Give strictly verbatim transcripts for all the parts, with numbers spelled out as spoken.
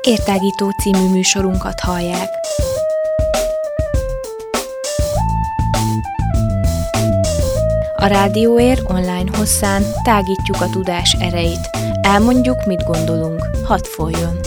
Értágító című műsorunkat hallják. A Rádióér online hosszán tágítjuk a tudás erejét. Elmondjuk, mit gondolunk. Hadd folyjon!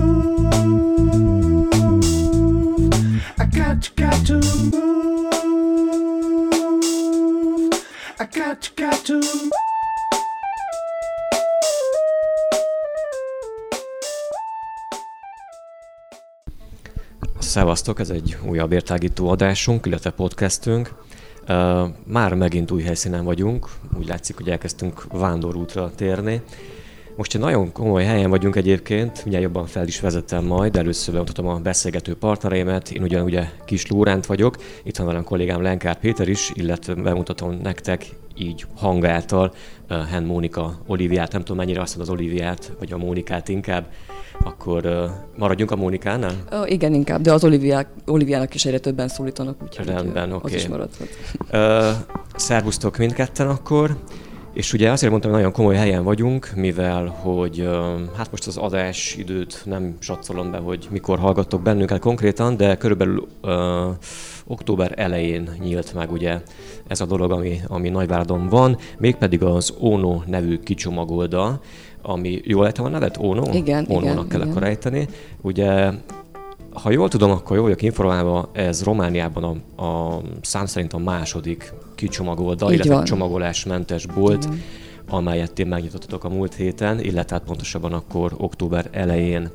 Szevasztok, ez egy újabb értágító adásunk, illetve podcastünk. Már megint új helyszínen vagyunk, úgy látszik, hogy elkezdtünk vándorútra térni. Most egy nagyon komoly helyen vagyunk egyébként, mindjárt jobban fel is vezetem majd, először bemutatom a beszélgető partnereimet, én ugyan ugye Kis Lóránt vagyok, itt van velem kollégám Lenkár Péter is, illetve bemutatom nektek így hangáltal uh, Henn Mónika Oliviát, nem tudom mennyire azt mondod az Oliviát, vagy a Mónikát inkább, akkor uh, maradjunk a Mónikánál? Uh, igen, inkább, de az Oliviák, Oliviának is egyre többen szólítanak, úgyhogy rendben, az okay. is maradhat. Uh, szervusztok mindketten akkor. És ugye azért mondtam, hogy nagyon komoly helyen vagyunk, mivel hogy hát most az adás időt nem satszolom be, hogy mikor hallgattok bennünket konkrétan, de körülbelül uh, október elején nyílt meg ugye ez a dolog, ami, ami Nagyváradon van, mégpedig az Ono nevű kicsomagolda, ami jól ejtem a nevet? Ono? Igen, Onónak igen, kell igen. akkor ejteni. Ugye, ha jól tudom, akkor jól vagyok informálva, ez Romániában a, a szám szerint a második kicsomagolda, így illetve van. Csomagolásmentes bolt, Igen. amelyet ti megnyitottatok a múlt héten, illetve hát pontosabban akkor október elején.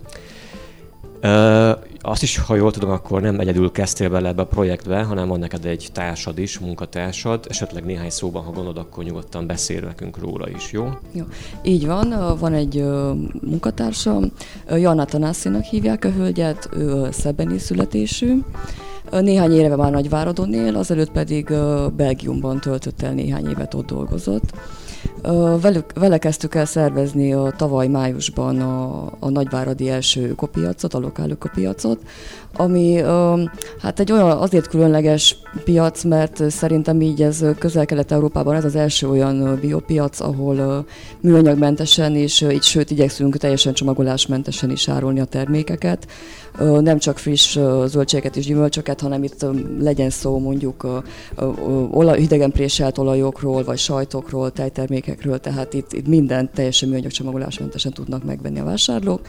Ö, azt is, ha jól tudom, akkor nem egyedül kezdtél bele ebbe a projektbe, hanem van neked egy társad is, munkatársad, esetleg néhány szóban, ha gondolod, akkor nyugodtan beszélj nekünk róla is, jó? Jó. Így van, van egy uh, munkatársam, Joanna Tanászinak hívják a hölgyet, ő szebeni születésű. Néhány éve már Nagyváradon él, azelőtt pedig uh, Belgiumban töltött el néhány évet, ott dolgozott. Uh, velük, vele kezdtük el szervezni a tavaly májusban a, a nagyváradi első kopiacot, a lokál kopiacot, ami uh, hát egy olyan azért különleges piac, mert szerintem így ez Közel-Kelet-Európában ez az első olyan biopiac, ahol uh, műanyagmentesen és uh, így sőt igyekszünk teljesen csomagolásmentesen is árulni a termékeket. Uh, nem csak friss uh, zöldségeket és gyümölcsöket, hanem itt uh, legyen szó mondjuk uh, uh, olaj, hidegen préselt olajokról, vagy sajtokról, tejtermékekről, tehát itt, itt minden teljesen műanyag csomagolásmentesen tudnak megvenni a vásárlók.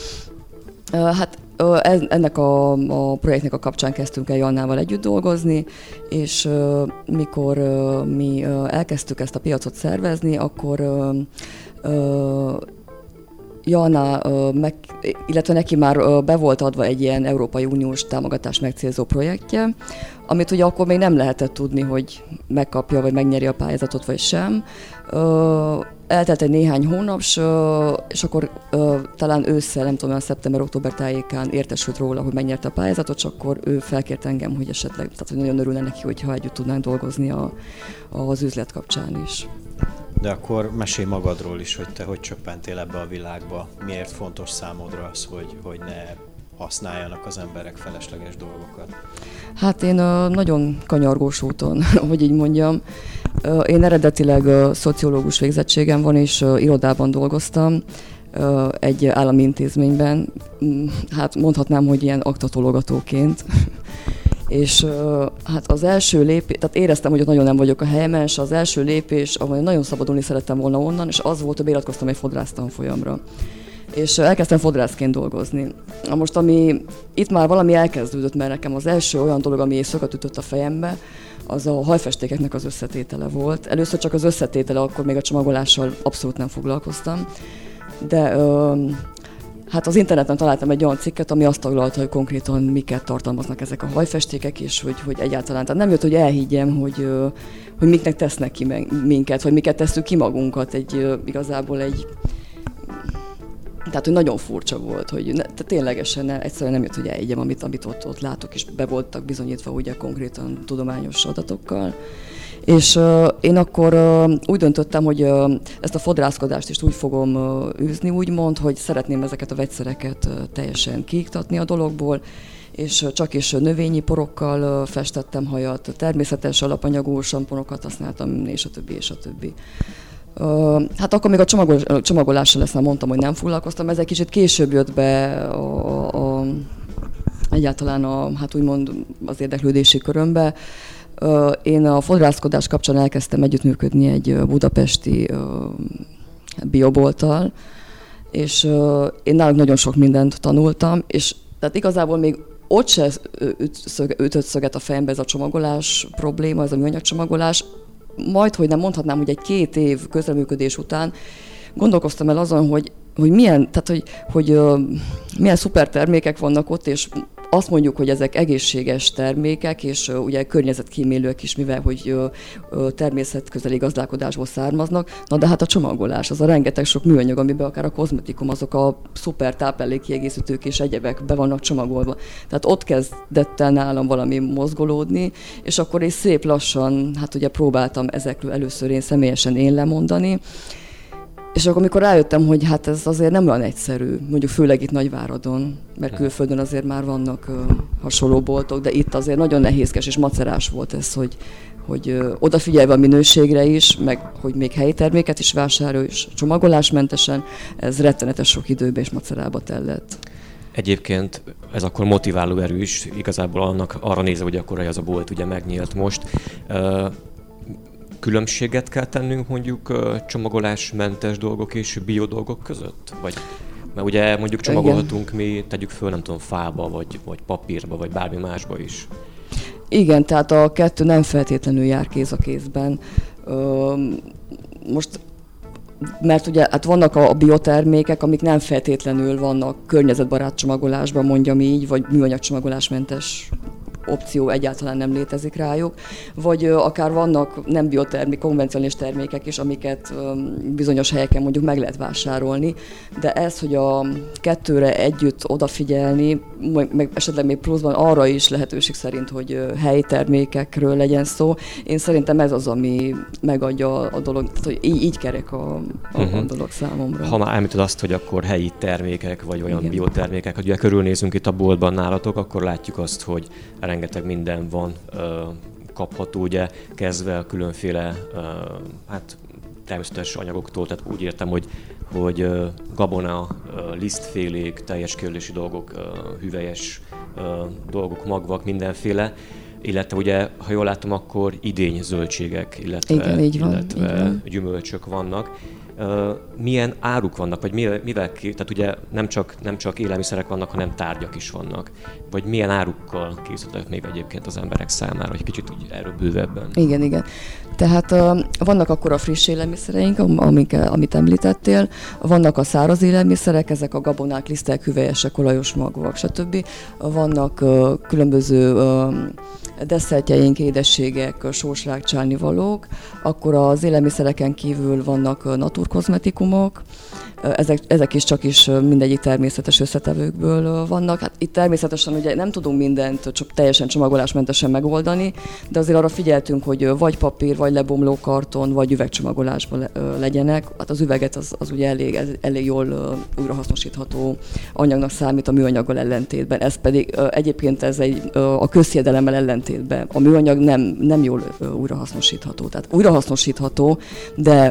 Uh, hát uh, ennek a, a projektnek a kapcsán kezdtünk el Joannával együtt dolgozni, és uh, mikor uh, mi uh, elkezdtük ezt a piacot szervezni, akkor uh, uh, Joanna, meg, illetve neki már be volt adva egy ilyen Európai Uniós támogatást megcélzó projektje, amit ugye akkor még nem lehetett tudni, hogy megkapja, vagy megnyeri a pályázatot, vagy sem. Eltelt egy néhány hónap, és akkor talán ősszel, nem tudom, a szeptember-október tájékán értesült róla, hogy megnyerte a pályázatot, és akkor ő felkért engem, hogy esetleg, tehát hogy nagyon örülne neki, hogyha együtt tudnánk dolgozni a, az üzlet kapcsán is. De akkor mesélj magadról is, hogy te hogy csöppentél ebbe a világba. Miért fontos számodra az, hogy, hogy ne használjanak az emberek felesleges dolgokat? Hát én uh, nagyon kanyargós úton, hogy így mondjam. Uh, én eredetileg uh, szociológus végzettségem van, és uh, irodában dolgoztam uh, egy állami intézményben. Mm, hát mondhatnám, hogy ilyen aktatologatóként. És uh, hát az első lépés, tehát éreztem, hogy ott nagyon nem vagyok a helyemen, és az első lépés, ahol nagyon szabadulni szerettem volna onnan, és az volt, hogy beiratkoztam egy fodrásztanfolyamra. És uh, elkezdtem fodrászként dolgozni. Na most, ami itt már valami elkezdődött, mert nekem az első olyan dolog, ami szöket ütött a fejembe, az a hajfestékeknek az összetétele volt. Először csak az összetétele, akkor még a csomagolással abszolút nem foglalkoztam. De uh, hát az interneten találtam egy olyan cikket, ami azt taglalta, hogy konkrétan miket tartalmaznak ezek a hajfestékek, és hogy, hogy egyáltalán. Tehát nem jött, hogy elhiggyem, hogy, hogy miknek tesznek ki minket, vagy miket tesszük ki magunkat. Egy, igazából egy... Tehát, hogy nagyon furcsa volt, hogy ne, tehát ténylegesen ne, egyszerűen nem jött, hogy elhiggyem, amit, amit ott, ott látok, és be voltak bizonyítva ugye konkrétan tudományos adatokkal. És uh, én akkor uh, úgy döntöttem, hogy uh, ezt a fodrászkodást is úgy fogom uh, űzni, úgymond, hogy szeretném ezeket a vegyszereket uh, teljesen kiiktatni a dologból, és uh, csak is növényi porokkal uh, festettem hajat, természetes alapanyagú samponokat használtam, és a többi, és a többi. Uh, hát akkor még a csomagol, csomagolással ezt már mondtam, hogy nem foglalkoztam, ez egy kicsit később jött be a, a, egyáltalán a, hát úgymond az érdeklődési körömbe. Uh, én a fodrászkodás kapcsán elkezdtem együttműködni egy budapesti uh, biobolttal, és uh, én náluk nagyon sok mindent tanultam, és tehát igazából még ott se ütött szöget a fejembe ez a csomagolás probléma, ez a műanyag csomagolás. Majd, hogy nem mondhatnám, hogy egy két év közreműködés után gondolkoztam el azon, hogy, hogy milyen, tehát, hogy, hogy uh, milyen szuper termékek vannak ott, és azt mondjuk, hogy ezek egészséges termékek, és uh, ugye környezetkímélőek is, mivel hogy uh, természetközeli gazdálkodásból származnak. Na de hát a csomagolás, az a rengeteg sok műanyag, amiben akár a kozmetikum, azok a szuper táplálékkiegészítők és egyebek be vannak csomagolva. Tehát ott kezdett el nálam valami mozgolódni, és akkor is szép lassan, hát ugye próbáltam ezekről először én személyesen én lemondani. És akkor, amikor rájöttem, hogy hát ez azért nem olyan egyszerű, mondjuk főleg itt Nagyváradon, mert külföldön azért már vannak uh, hasonló boltok, de itt azért nagyon nehézkes és macerás volt ez, hogy, hogy uh, odafigyelve a minőségre is, meg hogy még helyi terméket is vásárolj, és csomagolásmentesen, ez rettenetes sok időbe és macerába tellett. Egyébként ez akkor motiváló erő is, igazából annak arra nézve, hogy akkor az a bolt ugye megnyílt most. Uh, Különbséget kell tennünk mondjuk csomagolásmentes dolgok és bio dolgok között? Vagy, mert ugye mondjuk csomagolhatunk mi, tegyük föl, nem tudom, fába, vagy, vagy papírba, vagy bármi másba is. Igen, tehát a kettő nem feltétlenül jár kéz a kézben. Most, mert ugye hát vannak a biotermékek, amik nem feltétlenül vannak környezetbarát csomagolásban, mondjam így, vagy műanyag csomagolásmentes opció egyáltalán nem létezik rájuk, vagy uh, akár vannak nem biotermék, konvencionális termékek is, amiket um, bizonyos helyeken mondjuk meg lehet vásárolni, de ez, hogy a kettőre együtt odafigyelni, meg esetleg még pluszban arra is lehetőség szerint, hogy uh, helyi termékekről legyen szó, én szerintem ez az, ami megadja a dolog, tehát, hogy így, így kerek a, a, uh-huh. a dolog számomra. Ha már említed azt, hogy akkor helyi termékek, vagy olyan igen. biotermékek, hogy ugye körülnézünk itt a boltban nálatok, akkor látjuk azt, hogy rengeteg minden van, kapható, ugye, kezdve különféle hát, természetes anyagoktól, tehát úgy értem, hogy, hogy gabona, lisztfélék, teljes körlési dolgok, hüvelyes dolgok, magvak, mindenféle, illetve ugye, ha jól látom, akkor idény zöldségek, illetve, igen, így van, illetve így van. gyümölcsök vannak. Uh, milyen áruk vannak, vagy mivel, mivel tehát ugye nem csak, nem csak élelmiszerek vannak, hanem tárgyak is vannak. Vagy milyen árukkal készültek még egyébként az emberek számára, hogy kicsit úgy erről bővebben. Igen, igen. Tehát uh, vannak akkor a friss élelmiszereink, amik, amit említettél, vannak a száraz élelmiszerek, ezek a gabonák, lisztek, hüvelyesek, olajos magvak, stb. Vannak uh, különböző uh, desszertjeink, édességek, sós rákcsálnivalók, akkor az élelmiszereken kívül vannak naturkozmetikumok, ezek, ezek is csak is mindegyik természetes összetevőkből vannak. Hát itt természetesen ugye nem tudunk mindent csak teljesen csomagolásmentesen megoldani, de azért arra figyeltünk, hogy vagy papír, vagy lebomló karton, vagy üvegcsomagolásban legyenek. Hát az üveget az, az ugye elég, elég jól újrahasznosítható anyagnak számít a műanyaggal ellentétben. Ez pedig egyébként ez egy, a közhiedelemmel ellentétben. A műanyag nem, nem jól újrahasznosítható. Tehát újrahasznosítható, de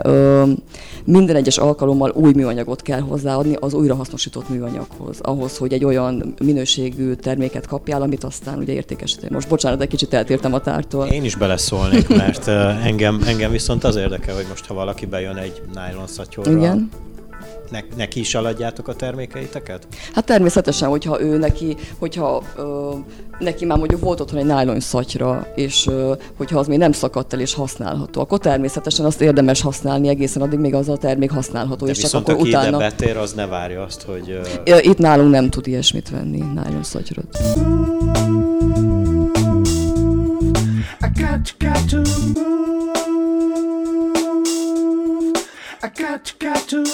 minden egyes alkalommal új műanyagot kell hozzáadni az újrahasznosított műanyaghoz, ahhoz, hogy egy olyan minőségű terméket kapjál, amit aztán ugye értékesíteni. Most bocsánat, de kicsit eltértem a tártól. Én is beleszólnék, mert engem, engem viszont az érdekel, hogy most ha valaki bejön egy nylon szatyorra, igen. Ne, neki is eladjátok a termékeiteket? Hát természetesen, hogyha ő neki, hogyha ö, neki már mondjuk volt otthon egy nylon szatyra, és ö, hogyha az még nem szakadt el és használható, akkor természetesen azt érdemes használni egészen addig, még az a termék használható. De és viszont csak akkor aki utána... ide betér, az ne várja azt, hogy... Ö... Itt nálunk nem tud ilyesmit venni, nylon szatyrot. I got, got to move. I got, got to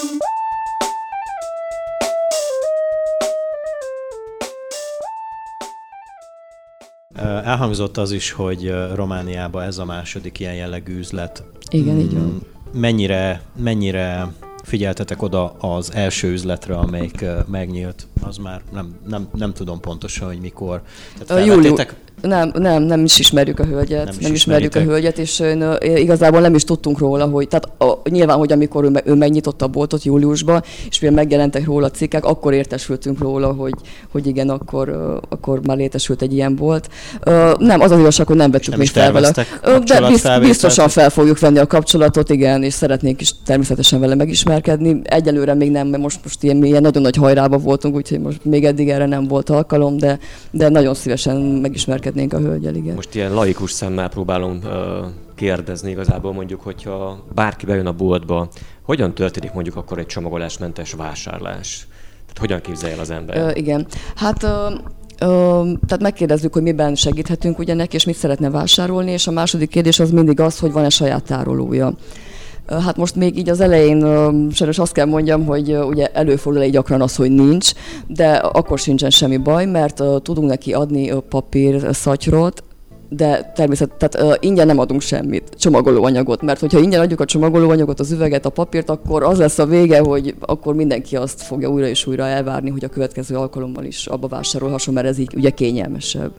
Elhangzott az is, hogy Romániában ez a második ilyen jellegű üzlet. Igen, így van. Mennyire, mennyire figyeltetek oda az első üzletre, amelyik megnyílt az már nem, nem, nem tudom pontosan, hogy mikor. Tehát Július. Nem, nem, nem is ismerjük a hölgyet, nem, nem ismerjük a hölgyet, és ön, igazából nem is tudtunk róla, hogy, tehát a, nyilván, hogy amikor ő, ő megnyitotta a boltot júliusban, és mivel megjelentek róla cikkek, akkor értesültünk róla, hogy, hogy igen, akkor, akkor már létesült egy ilyen bolt. Nem, az az igazság, hogy nem vettük még fel vele. De bizt, biztosan fel fogjuk venni a kapcsolatot, igen, és szeretnénk is természetesen vele megismerkedni. Egyelőre még nem, mert most, most ilyen, ilyen nagyon nagy hajrába voltunk, úgyhogy most még eddig erre nem volt alkalom, de, de nagyon szívesen megismerkedni a hölgyel, igen. Most ilyen laikus szemmel próbálom uh, kérdezni igazából, mondjuk, hogyha bárki bejön a boltba, hogyan történik mondjuk akkor egy csomagolásmentes vásárlás? Tehát hogyan képzelje el az ember? Ö, igen, hát... Ö, Ö, tehát megkérdezzük, hogy miben segíthetünk ugye neki, és mit szeretne vásárolni, és a második kérdés az mindig az, hogy van-e saját tárolója. Hát most még így az elején sajnos azt kell mondjam, hogy ugye előfordul egy gyakran az, hogy nincs, de akkor sincsen semmi baj, mert tudunk neki adni papír szatyrot, de természetesen tehát, uh, ingyen nem adunk semmit, csomagolóanyagot, mert hogyha ingyen adjuk a csomagolóanyagot, az üveget, a papírt, akkor az lesz a vége, hogy akkor mindenki azt fogja újra és újra elvárni, hogy a következő alkalommal is abba vásárolhasson, mert ez így ugye kényelmesebb.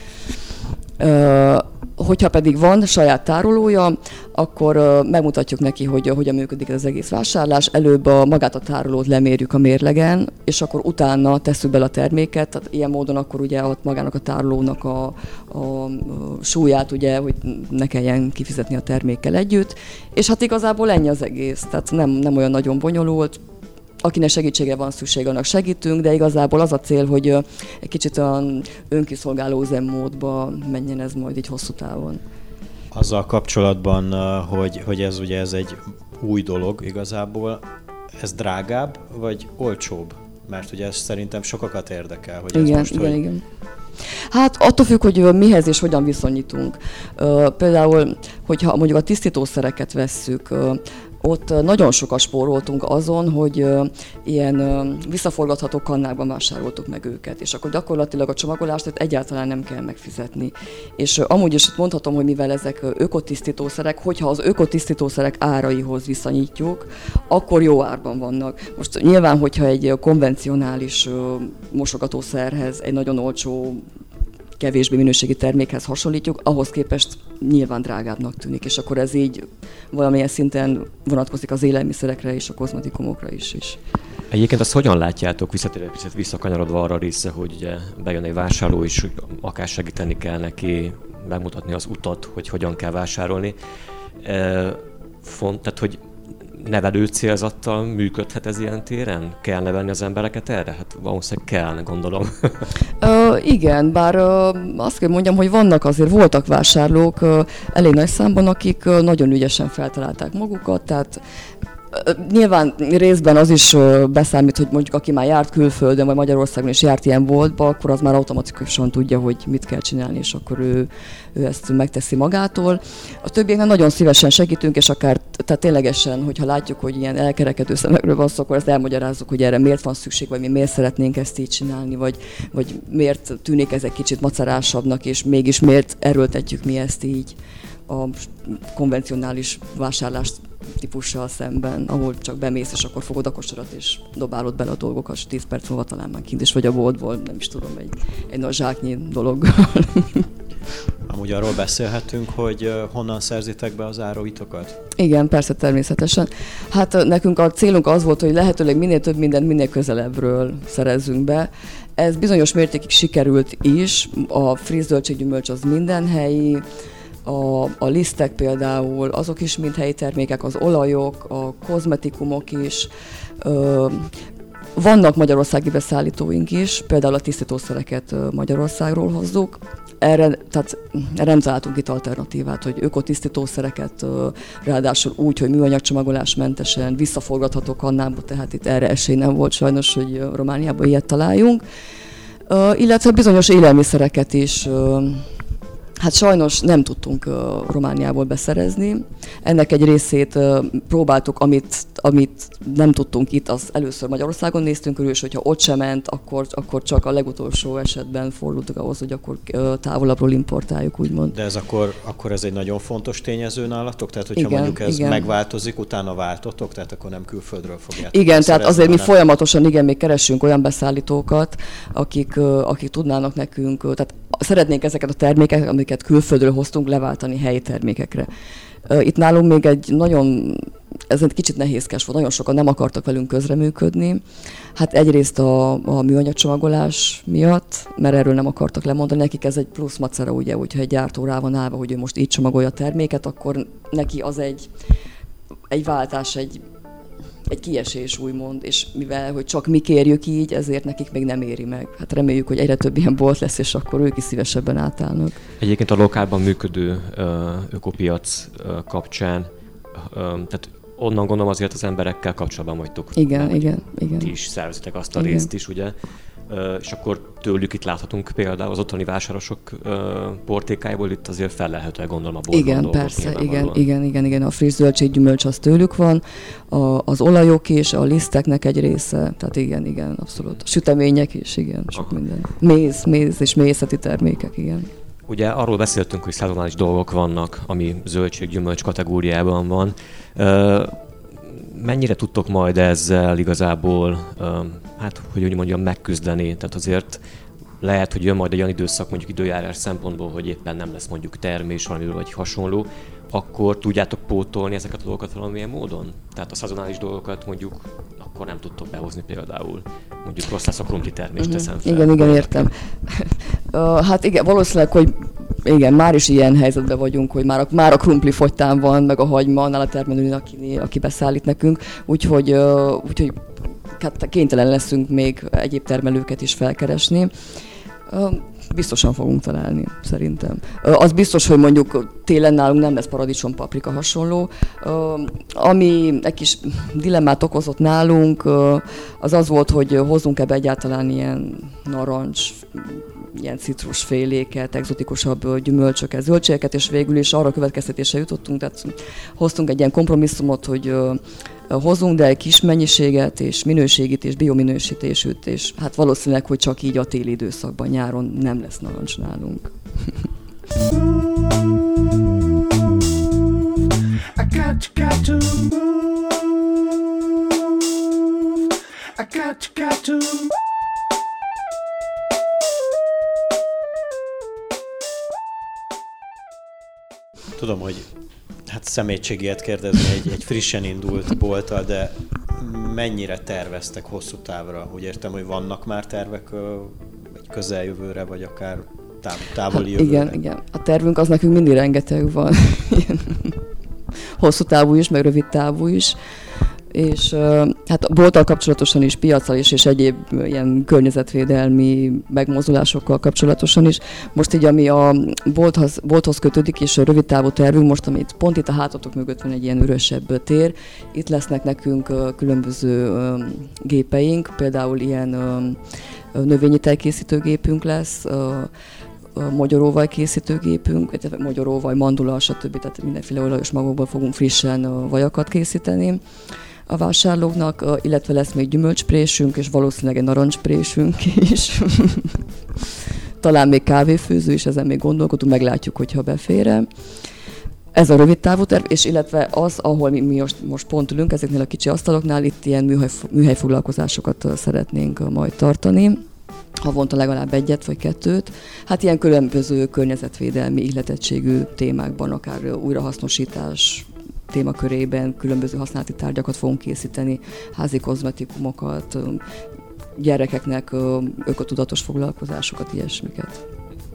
Uh, hogyha pedig van saját tárolója, akkor uh, megmutatjuk neki, hogy uh, hogyan működik ez az egész vásárlás. Előbb a, magát a tárolót lemérjük a mérlegen, és akkor utána tesszük bele a terméket. Tehát ilyen módon akkor ugye ott magának a tárolónak a, a, a súlyát, ugye, hogy ne kelljen kifizetni a termékkel együtt. És hát igazából ennyi az egész, tehát nem, nem olyan nagyon bonyolult. Akinek segítségre van szükség, annak segítünk, de igazából az a cél, hogy egy kicsit olyan önkiszolgáló üzemmódba menjen ez majd így hosszú távon. Azzal kapcsolatban, hogy, hogy ez ugye ez egy új dolog igazából, ez drágább vagy olcsóbb? Mert ugye ez szerintem sokakat érdekel, hogy igen, ez most igen, hogy... igen. Hát attól függ, hogy mihez és hogyan viszonyítunk. Például, hogyha mondjuk a tisztítószereket vesszük, ott nagyon sokat spóroltunk azon, hogy ilyen visszaforgatható kannákban vásároltuk meg őket, és akkor gyakorlatilag a csomagolást egyáltalán nem kell megfizetni. És amúgy is mondhatom, hogy mivel ezek ökotisztítószerek, hogyha az ökotisztítószerek áraihoz viszonyítjuk, akkor jó árban vannak. Most nyilván, hogyha egy konvencionális mosogatószerhez egy nagyon olcsó, kevésbé minőségi termékhez hasonlítjuk, ahhoz képest nyilván drágábbnak tűnik, és akkor ez így valamilyen szinten vonatkozik az élelmiszerekre és a kozmetikumokra is. is. Egyébként azt hogyan látjátok, visszatérve picit visszakanyarodva arra része, hogy ugye bejön egy vásárló is, hogy akár segíteni kell neki, megmutatni az utat, hogy hogyan kell vásárolni. E, font, tehát, hogy nevelő célzattal működhet ez ilyen téren? Kell nevelni az embereket erre? Hát valószínűleg kell, gondolom. Ö, igen, bár ö, azt kell mondjam, hogy vannak azért, voltak vásárlók ö, elég nagy számban, akik ö, nagyon ügyesen feltalálták magukat, tehát nyilván részben az is beszámít, hogy mondjuk aki már járt külföldön, vagy Magyarországon is járt ilyen boltba, akkor az már automatikusan tudja, hogy mit kell csinálni, és akkor ő, ő ezt megteszi magától. A többieknek nagyon szívesen segítünk, és akár tehát ténylegesen, hogyha látjuk, hogy ilyen elkerekedő szemekről van szó, akkor ezt elmagyarázzuk, hogy erre miért van szükség, vagy mi miért szeretnénk ezt így csinálni, vagy, vagy miért tűnik ez egy kicsit macerásabbnak, és mégis miért erőltetjük mi ezt így a konvencionális vásárlás típussal szemben, ahol csak bemész, és akkor fogod a kosarat, és dobálod bele a dolgokat, és tíz perc múlva talán már kint is vagy a boltból, nem is tudom, egy, egy nagy zsáknyi dolog. Amúgy arról beszélhetünk, hogy honnan szerzitek be az áruitokat? Igen, persze, természetesen. Hát nekünk a célunk az volt, hogy lehetőleg minél több mindent minél közelebbről szerezzünk be. Ez bizonyos mértékig sikerült is, a friss zöldséggyümölcs az minden helyi, A, a lisztek például, azok is mind helyi termékek, az olajok, a kozmetikumok is. Ö, vannak magyarországi beszállítóink is, például a tisztítószereket Magyarországról hozzuk. Erre, tehát, erre nem találtunk itt alternatívát, hogy ökotisztítószereket ráadásul úgy, hogy műanyagcsomagolásmentesen, visszaforgatható kannába, tehát itt erre esély nem volt sajnos, hogy Romániában ilyet találjunk. Ö, illetve bizonyos élelmiszereket is hát sajnos nem tudtunk uh, Romániából beszerezni. Ennek egy részét uh, próbáltuk, amit amit nem tudtunk itt, az először Magyarországon néztünk körül, és hogyha ott sem ment, akkor, akkor csak a legutolsó esetben fordultunk ahhoz, hogy akkor távolabbról importáljuk, úgymond. De ez akkor, akkor ez egy nagyon fontos tényező nálatok? Tehát, hogyha igen, mondjuk ez igen. megváltozik, utána váltotok, tehát akkor nem külföldről fogjátok. Igen, tehát azért mi hanem... folyamatosan, igen, még keresünk olyan beszállítókat, akik, akik tudnának nekünk, tehát szeretnénk ezeket a termékeket, amiket külföldről hoztunk, leváltani helyi termékekre. Itt nálunk még egy nagyon, ez egy kicsit nehézkes volt, nagyon sokan nem akartak velünk közreműködni. Hát egyrészt a, a műanyagcsomagolás miatt, mert erről nem akartak lemondani, nekik ez egy plusz macera, ugye, hogyha egy gyártó rá van állva, hogy ő most így csomagolja a terméket, akkor neki az egy, egy váltás, egy, egy kiesés, úgymond, és mivel, hogy csak mi kérjük így, ezért nekik még nem éri meg. Hát reméljük, hogy egyre több ilyen bolt lesz, és akkor ők is szívesebben átállnak. Egyébként a lokálban működő ökopiac kapcsán, tehát onnan gondolom azért az emberekkel kapcsolatban vagytok. Igen, nem, igen, igen. Ti is szervezitek azt a igen. részt is, ugye? És akkor tőlük itt láthatunk például az otthoni vásárosok portékájából itt azért fellelhetően gondolom a boltban. Igen, persze, igen, igen, igen, igen. A friss zöldséggyümölcs az tőlük van, a, az olajok is, a liszteknek egy része, tehát igen, igen, abszolút. A sütemények is, igen, sok Aha. minden. Méz, méz és méhészeti termékek, igen. Ugye arról beszéltünk, hogy szezonális dolgok vannak, ami zöldséggyümölcs kategóriában van. Mennyire tudtok majd ezzel igazából, hát hogy úgy mondjam, megküzdeni? Tehát azért lehet, hogy jön majd egy olyan időszak, mondjuk időjárás szempontból, hogy éppen nem lesz mondjuk termés valamiről vagy hasonló, akkor tudjátok pótolni ezeket a dolgokat valamilyen módon? Tehát a szezonális dolgokat mondjuk akkor nem tudtok behozni például. Mondjuk rossz lesz a krumpli termést, uh-huh. teszem fel. Igen, igen, értem. uh, hát igen, valószínűleg, hogy igen, már is ilyen helyzetben vagyunk, hogy már a, már a krumpli fogytán van, meg a hagyma, annál a termelőn, aki, aki beszállít nekünk, úgyhogy, uh, úgyhogy hát kénytelen leszünk még egyéb termelőket is felkeresni. Uh, biztosan fogunk találni, szerintem. Uh, az biztos, hogy mondjuk télen nálunk nem lesz paradicsom, paprika hasonló. Uh, ami egy kis dilemmát okozott nálunk, uh, az az volt, hogy hozzunk ebbe egyáltalán ilyen narancs, ilyen citrusféléket, egzotikusabb gyümölcsöket, zöldségeket, és végül is arra következtetésre jutottunk, tehát hoztunk egy ilyen kompromisszumot, hogy uh, hozunk, de egy kis mennyiséget, és minőségit, és biominősítésűt, és hát valószínűleg, hogy csak így a téli időszakban, nyáron nem lesz narancs nálunk. I got, got to move. I got, got to move. Tudom, hogy hát szemétségi ilyet kérdezni egy, egy frissen indult bolttal, de mennyire terveztek hosszú távra? Úgy értem, hogy vannak már tervek egy közeljövőre, vagy akár táv- távoli hát jövőre? Igen, igen. A tervünk az nekünk mindig rengeteg van. Hosszú távú is, meg rövid távú is. És hát a bolttal kapcsolatosan is, piaccal is, és egyéb ilyen környezetvédelmi megmozdulásokkal kapcsolatosan is. Most így, ami a bolthoz, bolthoz kötődik, és a rövid távú tervünk, most, amit pont itt a hátatok mögött van egy ilyen üresebb tér, itt lesznek nekünk különböző gépeink, például ilyen növényi tejkészítőgépünk lesz, magyaróvaj készítőgépünk, magyaróvaj, mandula, stb. Tehát mindenféle olajos magokból fogunk frissen vajakat készíteni a vásárlóknak, illetve lesz még gyümölcsprésünk, és valószínűleg egy narancsprésünk is. Talán még kávéfőző is, ezen még gondolkodunk, meglátjuk, hogyha befér. Ez a rövid távú terv, és illetve az, ahol mi, mi most, most pont ülünk, ezeknél a kicsi asztaloknál, itt ilyen műhely, műhelyfoglalkozásokat szeretnénk majd tartani. Havonta legalább egyet vagy kettőt. Hát ilyen különböző környezetvédelmi ihletettségű témákban, akár újrahasznosítás témakörében különböző használati tárgyakat fogunk készíteni, házi kozmetikumokat, gyerekeknek ökotudatos foglalkozásokat, ilyesmiket.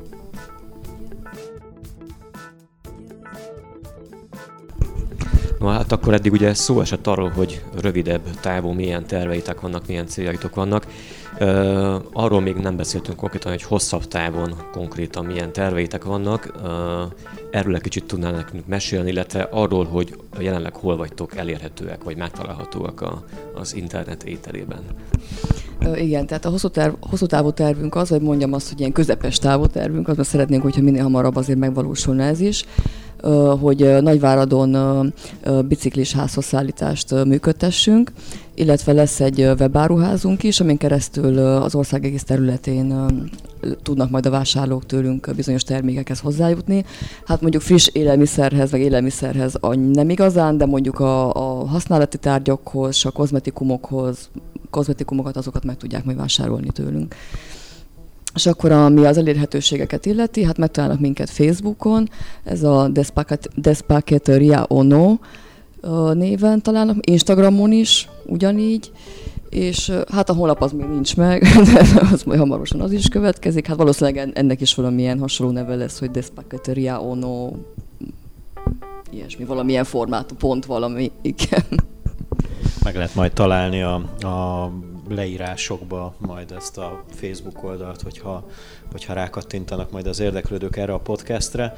No, hát akkor eddig ugye szó esett arról, hogy rövidebb távon milyen terveitek vannak, milyen céljaitok vannak. Uh, arról még nem beszéltünk konkrétan, hogy hosszabb távon konkrétan milyen terveitek vannak. Uh, erről egy kicsit tudnál nekünk mesélni, illetve arról, hogy jelenleg hol vagytok elérhetőek, vagy megtalálhatóak a, az internet éterében. Uh, igen, tehát a hosszú, terv, hosszú távú tervünk az, vagy mondjam azt, hogy ilyen közepes távú tervünk az, mert szeretnénk, hogyha minél hamarabb azért megvalósulna ez is. hogy Nagyváradon biciklis házhozszállítást működtessünk, illetve lesz egy webáruházunk is, amin keresztül az ország egész területén tudnak majd a vásárlók tőlünk bizonyos termékekhez hozzájutni. Hát mondjuk friss élelmiszerhez, meg élelmiszerhez nem igazán, de mondjuk a, a használati tárgyakhoz, és a kozmetikumokhoz, kozmetikumokat azokat meg tudják majd vásárolni tőlünk. És akkor ami az elérhetőségeket illeti, hát megtalálnak minket Facebookon, ez a Despaqueteria Ono néven találnak, Instagramon is ugyanígy, és hát a honlap az még nincs meg, de az majd hamarosan az is következik. Hát valószínűleg ennek is valamilyen hasonló neve lesz, hogy Despaqueteria Ono, ilyesmi, valamilyen formátú pont valami, igen. Meg lehet majd találni a, a leírásokba majd ezt a Facebook oldalt, hogyha, hogyha rákattintanak majd az érdeklődők erre a podcastre.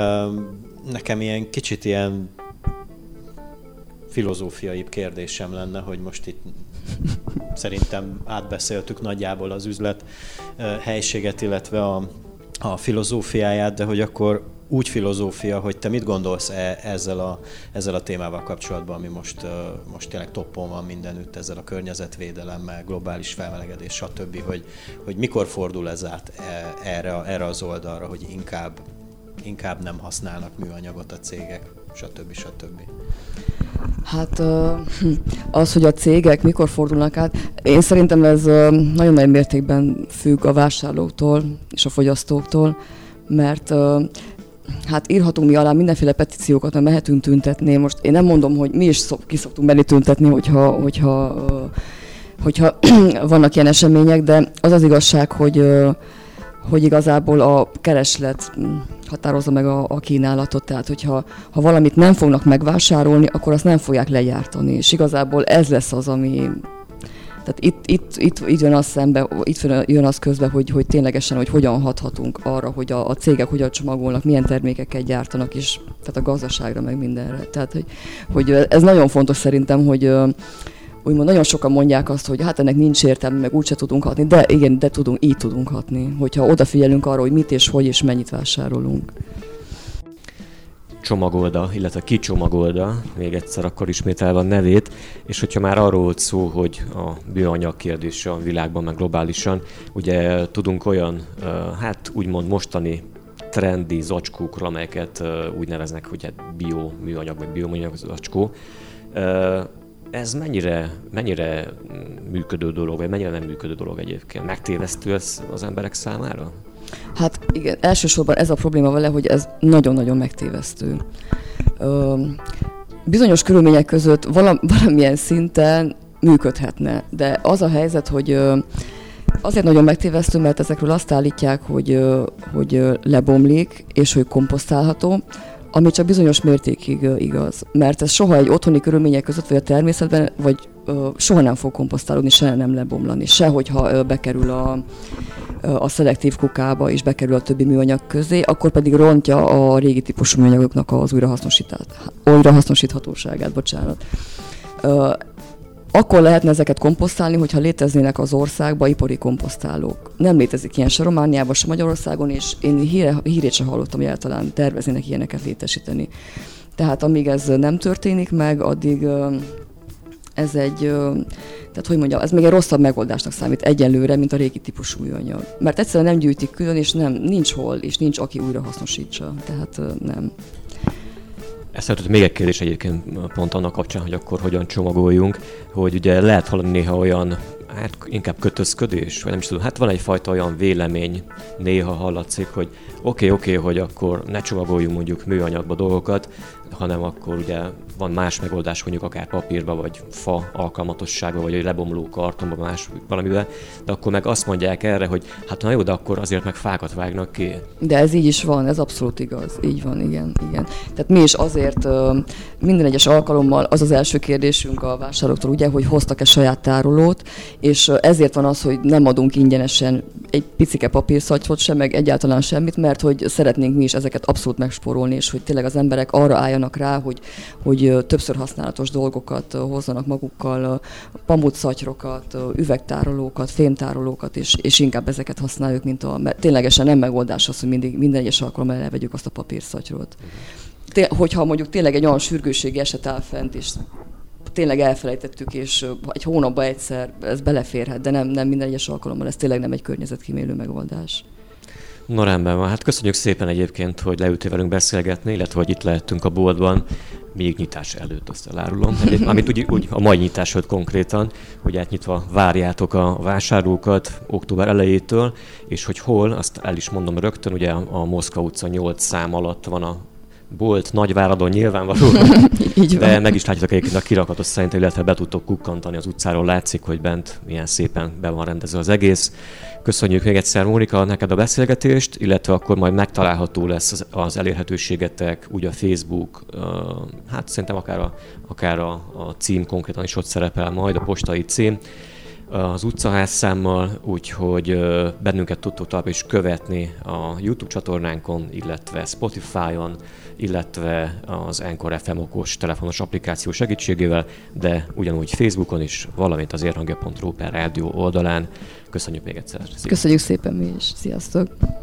Nekem ilyen kicsit ilyen filozófiai kérdésem lenne, hogy most itt szerintem átbeszéltük nagyjából az üzlet helységet, illetve a, a filozófiáját, de hogy akkor úgy filozófia, hogy te mit gondolsz e, ezzel, a, ezzel a témával kapcsolatban, ami most, most tényleg toppon van mindenütt, ezzel a környezetvédelemmel, globális felmelegedés, stb., hogy, hogy mikor fordul ez át erre, erre az oldalra, hogy inkább, inkább nem használnak műanyagot a cégek, stb. stb. Hát az, hogy a cégek mikor fordulnak át, én szerintem ez nagyon nagy mértékben függ a vásárlóktól és a fogyasztóktól, mert hát írhatunk mi alá mindenféle petíciókat, mert mehetünk tüntetni. Most én nem mondom, hogy mi is szok, ki szoktunk menni tüntetni, hogyha, hogyha, hogyha vannak ilyen események, de az az igazság, hogy, hogy igazából a kereslet határozza meg a, a kínálatot, tehát hogyha ha valamit nem fognak megvásárolni, akkor azt nem fogják legyártani, és igazából ez lesz az, ami... Tehát itt, itt, itt, itt jön az szembe, itt jön az közbe, hogy, hogy ténylegesen, hogy hogyan hathatunk arra, hogy a, a cégek hogyan csomagolnak, milyen termékeket gyártanak, és tehát a gazdaságra, meg mindenre. Tehát, hogy, hogy ez nagyon fontos szerintem, hogy úgymond nagyon sokan mondják azt, hogy hát ennek nincs értelme, meg úgyse tudunk hatni, de igen, de tudunk, így tudunk hatni, hogyha odafigyelünk arra, hogy mit és hogy és mennyit vásárolunk. Csomagolda, illetve kicsomagolda, még egyszer akkor ismételve a nevét, és hogyha már arról volt szó, hogy a műanyag kérdése a világban, meg globálisan, ugye tudunk olyan, hát úgymond mostani trendi zacskókról, amelyeket úgy neveznek, hogy hát bio műanyag, vagy bioműanyag zacskó. Ez mennyire, mennyire működő dolog, vagy mennyire nem működő dolog egyébként? Megtévesztő ez az emberek számára? Hát igen, elsősorban ez a probléma vele, hogy ez nagyon-nagyon megtévesztő. Ö, bizonyos körülmények között valam, valamilyen szinten működhetne, de az a helyzet, hogy ö, azért nagyon megtévesztő, mert ezekről azt állítják, hogy, ö, hogy lebomlik, és hogy komposztálható, ami csak bizonyos mértékig igaz. Mert ez soha egy otthoni körülmények között, vagy a természetben, vagy ö, soha nem fog komposztálódni, se nem lebomlani, se hogyha ö, bekerül a, a szelektív kukába, és bekerül a többi műanyag közé, akkor pedig rontja a régi típusú műanyagoknak az újrahasznosíthatóságát. Bocsánat. Ö, Akkor lehetne ezeket komposztálni, hogyha léteznének az országban ipari komposztálók. Nem létezik ilyen se Romániában, se Magyarországon, és én híre, hírét sem hallottam, hogy általán terveznének ilyeneket létesíteni. Tehát amíg ez nem történik meg, addig ez egy, tehát hogy mondjam, ez még egy rosszabb megoldásnak számít egyelőre, mint a régi típusú műanyag. Mert egyszerűen nem gyűjtik külön, és nem, nincs hol, és nincs aki újra hasznosítsa. Tehát nem. Eszembe jutott még egy kérdés egyébként pont annak kapcsán, hogy akkor hogyan csomagoljunk, hogy ugye lehet hallani néha olyan, hát inkább kötözködés, vagy nem is tudom, hát van egyfajta olyan vélemény, néha hallatszik, hogy oké, okay, oké, okay, hogy akkor ne csomagoljunk mondjuk műanyagba dolgokat, hanem akkor ugye van más megoldás, mondjuk akár papírba, vagy fa alkalmatosságba, vagy egy lebomló kartonba, más valamivel, de akkor meg azt mondják erre, hogy hát na jó, de akkor azért meg fákat vágnak ki. De ez így is van, ez abszolút igaz. Így van, igen, igen. Tehát mi is azért minden egyes alkalommal az az első kérdésünk a vásárlóktól, ugye, hogy hoztak-e saját tárolót, és ezért van az, hogy nem adunk ingyenesen egy picike papírszatyrot sem, meg egyáltalán semmit, mert hogy szeretnénk mi is ezeket abszolút megspórolni, és hogy tényleg az emberek arra álljanak rá, hogy, hogy többször használatos dolgokat hozzanak magukkal, pamutszatyrokat, üvegtárolókat, fémtárolókat, és, és inkább ezeket használjuk, mint a, mert ténylegesen nem megoldás az, hogy mindig minden egyes alkalommal elvegyük azt a papírszatyrot. té- hogyha mondjuk tényleg egy olyan sürgősségi eset áll fent, és tényleg elfelejtettük, és egy hónapban egyszer ez beleférhet, de nem, nem minden egyes alkalommal, ez tényleg nem egy környezetkímélő megoldás. No, rendben van. Hát köszönjük szépen egyébként, hogy leültél velünk beszélgetni, illetve hogy itt lehettünk a boltban, még nyitás előtt, azt elárulom. Amit úgy, úgy a mai nyitás előtt konkrétan, hogy átnyitva várjátok a vásárlókat október elejétől, és hogy hol, azt el is mondom rögtön, ugye a Moszkva utca nyolc szám alatt van a bolt, Nagyváradon nyilvánvalóan, de meg is látjátok egyébként a kirakatot szerintem, illetve be tudtok kukkantani az utcáról, látszik, hogy bent milyen szépen be van rendezve az egész. Köszönjük még egyszer, Mónika, neked a beszélgetést, illetve akkor majd megtalálható lesz az, az elérhetőségetek, úgy a Facebook, uh, hát szerintem akár, a, akár a, a cím konkrétan is ott szerepel majd, a postai cím, az utcaház számmal, úgyhogy bennünket tudtok tovább is követni a YouTube csatornánkon, illetve Spotify-on, illetve az Anchor ef em okos telefonos applikáció segítségével, de ugyanúgy Facebookon is, valamint az érhangja pont ru per rádió oldalán. Köszönjük még egyszer. Sziasztok. Köszönjük szépen mi is. Sziasztok!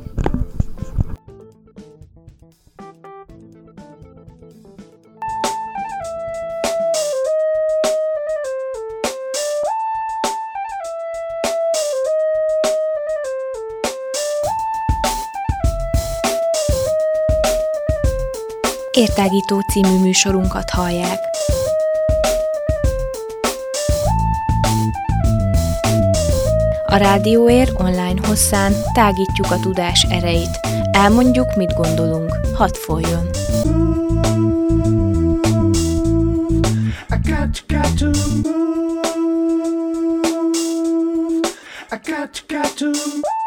Értágító című műsorunkat hallják. A Rádióér online hosszán tágítjuk a tudás erejét. Elmondjuk, mit gondolunk. Hadd folyjon! I got, got to move. I got, got to move.